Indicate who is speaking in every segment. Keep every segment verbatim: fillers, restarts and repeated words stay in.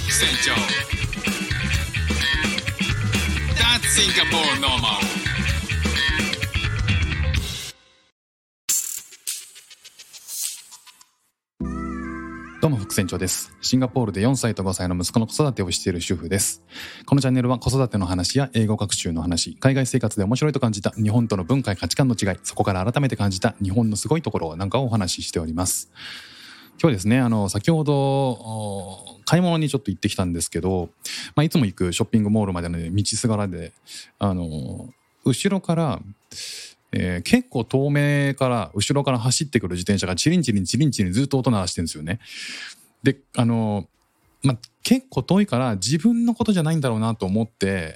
Speaker 1: 船長 That's Singapore normal。
Speaker 2: どうも副船長です。シンガポールでよんさいとごさいの息子の子育てをしている主婦です。このチャンネルは子育ての話や英語学習の話、海外生活で面白いと感じた日本との文化や価値観の違い、そこから改めて感じた日本のすごいところなんかをお話ししております。今日はですね、あの先ほど買い物にちょっと行ってきたんですけど、まあ、いつも行くショッピングモールまでの道すがらで、あの後ろからえー、結構遠目から後ろから走ってくる自転車がチリンチリンチリンチリンずっと音鳴らしてるんですよね。で、あのまあ、結構遠いから自分のことじゃないんだろうなと思って、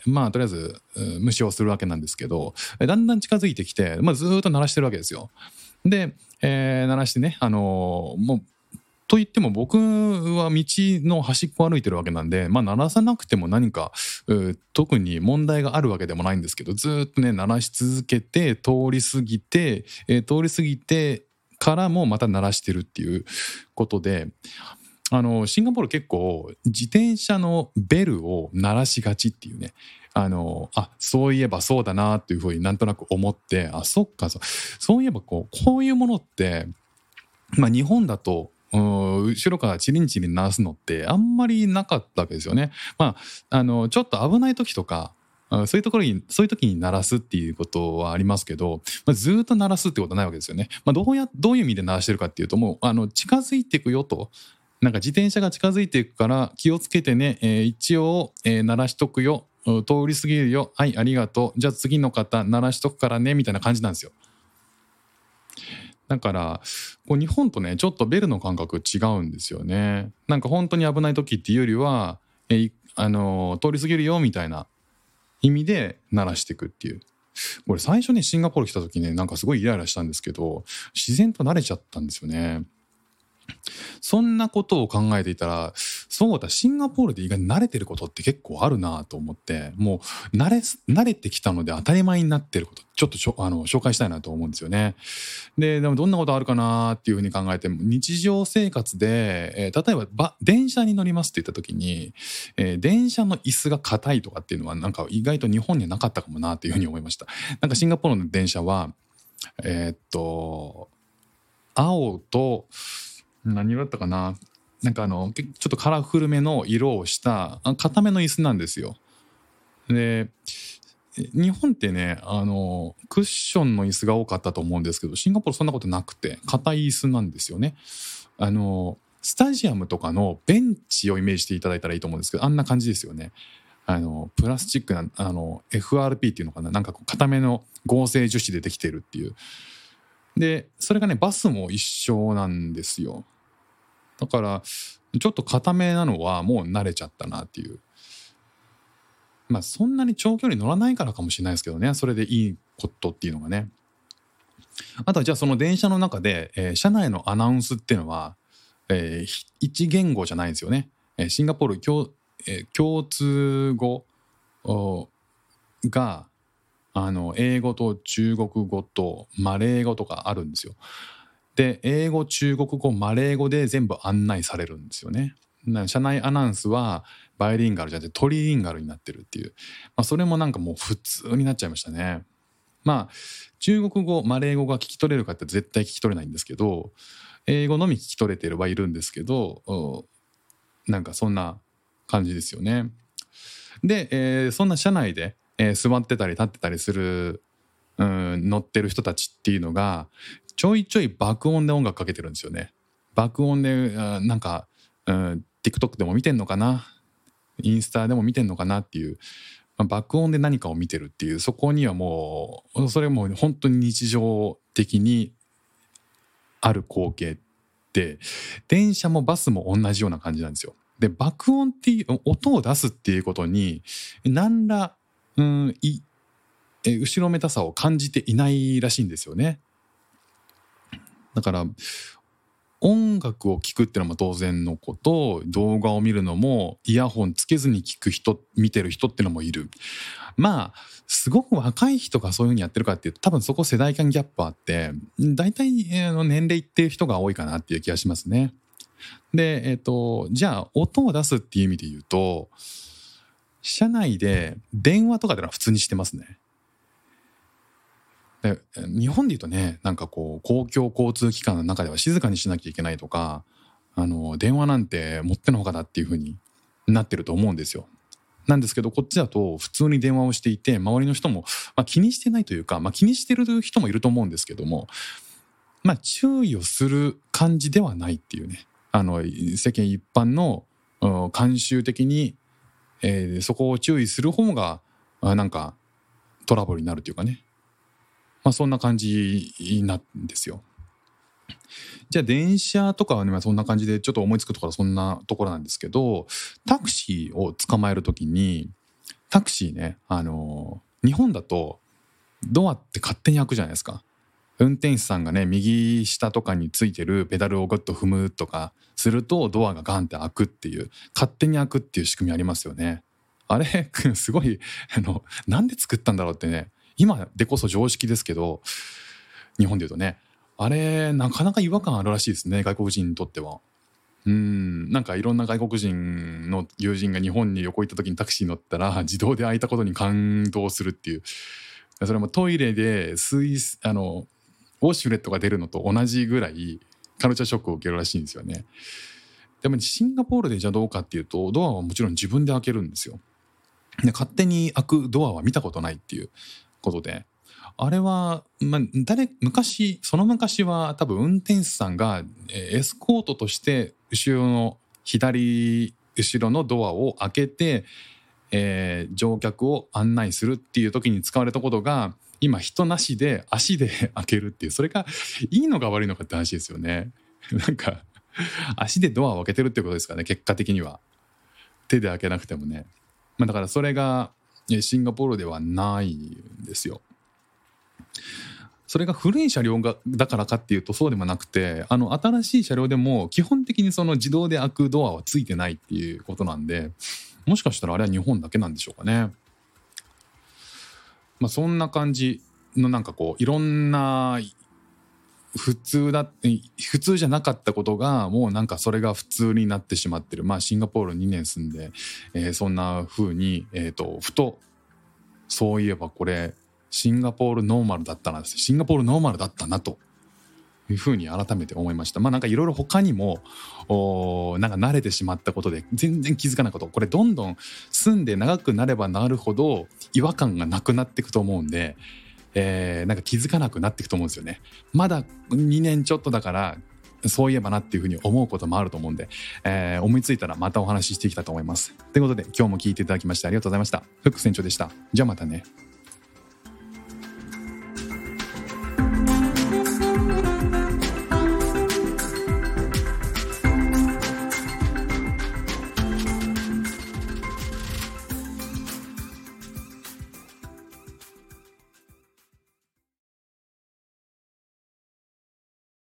Speaker 2: まあとりあえず無視をするわけなんですけど、だんだん近づいてきて、まあ、ずっと鳴らしてるわけですよ。で、えー、鳴らしてね、あのもうと言っても僕は道の端っこを歩いてるわけなんで、まあ鳴らさなくても何か特に問題があるわけでもないんですけど、ずっとね鳴らし続けて通り過ぎて、えー、通り過ぎてからもまた鳴らしてるっていうことで、あのシンガポール結構自転車のベルを鳴らしがちっていうね、あのあそういえばそうだなっていうふうになんとなく思って、あそっか、そうそういえばこうこういうものって、まあ、日本だと後ろからチリンチリン鳴らすのってあんまりなかったわけですよね。まあ、あのちょっと危ない時とかそういうところにそういう時に鳴らすっていうことはありますけど、まあ、ずっと鳴らすってことはないわけですよね。まあ、どうやどういう意味で鳴らしてるかっていうと、もうあの近づいていくよと、なんか自転車が近づいていくから気をつけてね、えー、一応、えー、鳴らしとくよ、通り過ぎるよ、はいありがとう、じゃあ次の方鳴らしとくからねみたいな感じなんですよ。だからこう日本とねちょっとベルの感覚違うんですよね。なんか本当に危ない時っていうよりは、えあの通り過ぎるよみたいな意味で鳴らしていくっていう。これ最初ねシンガポール来た時ね、なんかすごいイライラしたんですけど、自然と慣れちゃったんですよね。そんなことを考えていたら、そうだ、シンガポールで意外に慣れてることって結構あるなと思って、もう慣れ慣れてきたので当たり前になってることちょっとしょあの紹介したいなと思うんですよね。で、でもどんなことあるかなっていうふうに考えて、日常生活で、えー、例えばば電車に乗りますって言った時に、えー、電車の椅子が硬いとかっていうのはなんか意外と日本にはなかったかもなっていうふうに思いました。なんかシンガポールの電車はえー、っと青と何色だったかな、なんかあのちょっとカラフルめの色をした硬めの椅子なんですよ。で日本ってね、あのクッションの椅子が多かったと思うんですけど、シンガポールそんなことなくて硬い椅子なんですよね。あのスタジアムとかのベンチをイメージしていただいたらいいと思うんですけど、あんな感じですよね。あのプラスチックなあの エフアールピー っていうのかな、なんかこう硬めの合成樹脂でできてるっていう。でそれがねバスも一緒なんですよ。だからちょっと固めなのはもう慣れちゃったなっていう。まあそんなに長距離乗らないからかもしれないですけどね、それでいいことっていうのがね。あとはじゃあその電車の中で、えー、車内のアナウンスっていうのは、えー、一言語じゃないんですよね。えー、シンガポール共、えー、共通語があの英語と中国語とマレー語とかあるんですよ。で英語中国語マレー語で全部案内されるんですよね。車内アナウンスはバイリンガルじゃなくてトリリンガルになってるっていう、まあ、それもなんかもう普通になっちゃいましたね。まあ中国語マレー語が聞き取れるかって絶対聞き取れないんですけど、英語のみ聞き取れてるはいるんですけど、なんかそんな感じですよね。で、えー、そんな車内で、えー、座ってたり立ってたりする、うん、乗ってる人たちっていうのがちょいちょい爆音で音楽かけてるんですよね。爆音でなんか、うん、TikTok でも見てんのかな、インスタでも見てんのかなっていう、まあ、爆音で何かを見てるっていう、そこにはもうそれもう本当に日常的にある光景で、電車もバスも同じような感じなんですよ。で爆音っていう音を出すっていうことに何ら、うん、いえ後ろめたさを感じていないらしいんですよね。だから音楽を聴くっていうのも当然のこと、動画を見るのもイヤホンつけずに聴く人、見てる人っていうのもいる。まあすごく若い人がそういう風にやってるかっていうと、多分そこ世代間ギャップあって、だいたい年齢いってる人が多いかなっていう気がしますね。 で、えっと、じゃあ音を出すっていう意味で言うと、車内で電話とかでは普通にしてますね。で、日本で言うとね、なんかこう公共交通機関の中では静かにしなきゃいけないとか、あの電話なんてもってのほかだっていう風になってると思うんですよ。なんですけど、こっちだと普通に電話をしていて、周りの人も、まあ、気にしてないというか、まあ、気にしてる人もいると思うんですけども、まあ、注意をする感じではないっていうね、あの世間一般の慣習的に、えー、そこを注意する方がなんかトラブルになるというかね、まあ、そんな感じなんですよ。じゃあ電車とかはね、まあ、そんな感じでちょっと思いつくところはそんなところなんですけど、タクシーを捕まえるときに、タクシーね、あのー、日本だとドアって勝手に開くじゃないですか。運転手さんがね、右下とかについてるペダルをグッと踏むとかするとドアがガンって開くっていう、勝手に開くっていう仕組みありますよね。あれすごい、あのなんで作ったんだろうってね、今でこそ常識ですけど、日本でいうとね、あれなかなか違和感あるらしいですね、外国人にとっては。うーんなんかいろんな外国人の友人が日本に旅行行った時にタクシー乗ったら自動で開いたことに感動するっていう、それもトイレで水あのウォシュレットが出るのと同じぐらいカルチャーショックを受けるらしいんですよね。でもシンガポールでじゃあどうかっていうと、ドアはもちろん自分で開けるんですよ。で勝手に開くドアは見たことないっていうことで、あれは、まあ、誰昔その昔は多分運転手さんがエスコートとして後ろの左後ろのドアを開けて、えー、乗客を案内するっていう時に使われたことが、今人なしで足で開けるっていう、それがいいのか悪いのかって話ですよね。なんか足でドアを開けてるってことですかね、結果的には。手で開けなくてもね、まあ、だからそれがシンガポールではないんですよ。それが古い車両がだからかっていうとそうでもなくて、あの新しい車両でも基本的にその自動で開くドアはついてないっていうことなんで、もしかしたらあれは日本だけなんでしょうかね。まあ、そんな感じのなんかこういろんな普通だ普通じゃなかったことがもうなんかそれが普通になってしまってる。まあシンガポールにねん住んで、えー、そんな風に、えーと、ふとそういえばこれシンガポールノーマルだったなシンガポールノーマルだったなという風に改めて思いました。まあなんかいろいろ他にもなんか慣れてしまったことで全然気づかないこと、これどんどん住んで長くなればなるほど違和感がなくなっていくと思うんで、えー、なんか気づかなくなっていくと思うんですよね。まだにねんちょっとだからそういえばなっていうふうに思うこともあると思うんで、えー、思いついたらまたお話ししていきたいと思います。ということで今日も聞いていただきましてありがとうございました。フック船長でした。じゃあまたね。